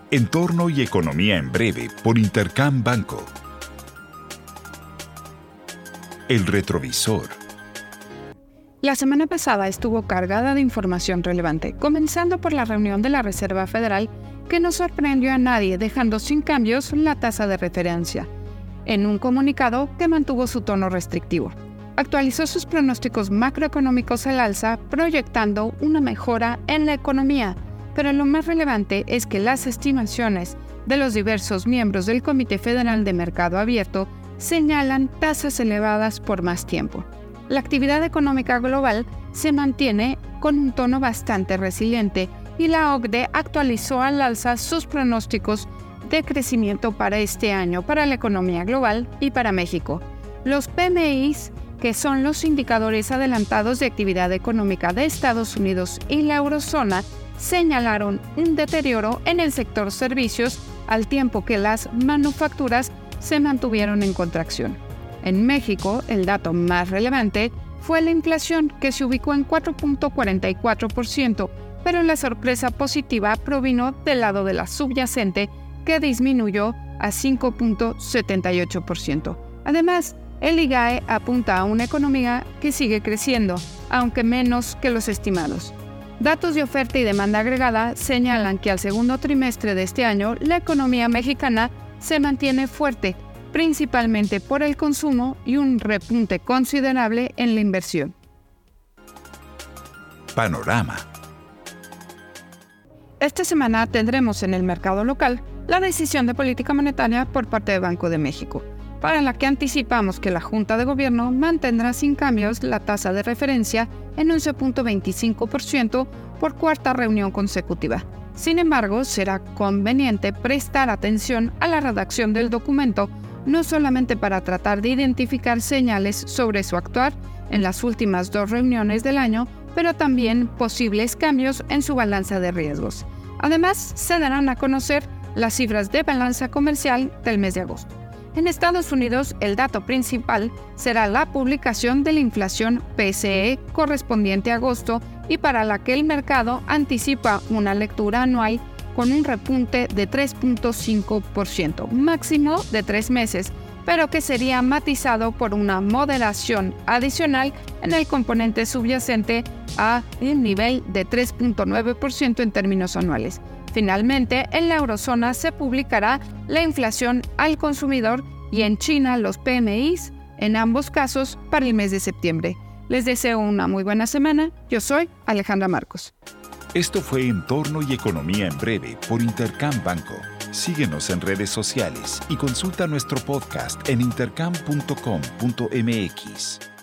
Entorno y economía en breve por Intercam Banco. El retrovisor. La semana pasada estuvo cargada de información relevante, comenzando por la reunión de la Reserva Federal que no sorprendió a nadie, dejando sin cambios la tasa de referencia, en un comunicado que mantuvo su tono restrictivo. Actualizó sus pronósticos macroeconómicos al alza, proyectando una mejora en la economía, pero lo más relevante es que las estimaciones de los diversos miembros del Comité Federal de Mercado Abierto señalan tasas elevadas por más tiempo. La actividad económica global se mantiene con un tono bastante resiliente y la OCDE actualizó al alza sus pronósticos de crecimiento para este año para la economía global y para México. Los PMIs, que son los indicadores adelantados de actividad económica de Estados Unidos y la eurozona, señalaron un deterioro en el sector servicios al tiempo que las manufacturas se mantuvieron en contracción. En México, el dato más relevante fue la inflación, que se ubicó en 4.44%, pero la sorpresa positiva provino del lado de la subyacente, que disminuyó a 5.78%. Además, el IGAE apunta a una economía que sigue creciendo, aunque menos que los estimados. Datos de oferta y demanda agregada señalan que al segundo trimestre de este año la economía mexicana se mantiene fuerte, principalmente por el consumo y un repunte considerable en la inversión. Panorama. Esta semana tendremos en el mercado local la decisión de política monetaria por parte del Banco de México, para la que anticipamos que la Junta de Gobierno mantendrá sin cambios la tasa de referencia en 11.25% por cuarta reunión consecutiva. Sin embargo, será conveniente prestar atención a la redacción del documento, no solamente para tratar de identificar señales sobre su actuar en las últimas 2 reuniones del año, pero también posibles cambios en su balanza de riesgos. Además, se darán a conocer las cifras de balanza comercial del mes de agosto. En Estados Unidos, el dato principal será la publicación de la inflación PCE correspondiente a agosto y para la que el mercado anticipa una lectura anual con un repunte de 3.5%, máximo de 3 meses, pero que sería matizado por una moderación adicional en el componente subyacente a un nivel de 3.9% en términos anuales. Finalmente, en la eurozona se publicará la inflación al consumidor y en China los PMIs, en ambos casos para el mes de septiembre. Les deseo una muy buena semana. Yo soy Alejandra Marcos. Esto fue Entorno y Economía en Breve por Intercam Banco. Síguenos en redes sociales y consulta nuestro podcast en intercam.com.mx.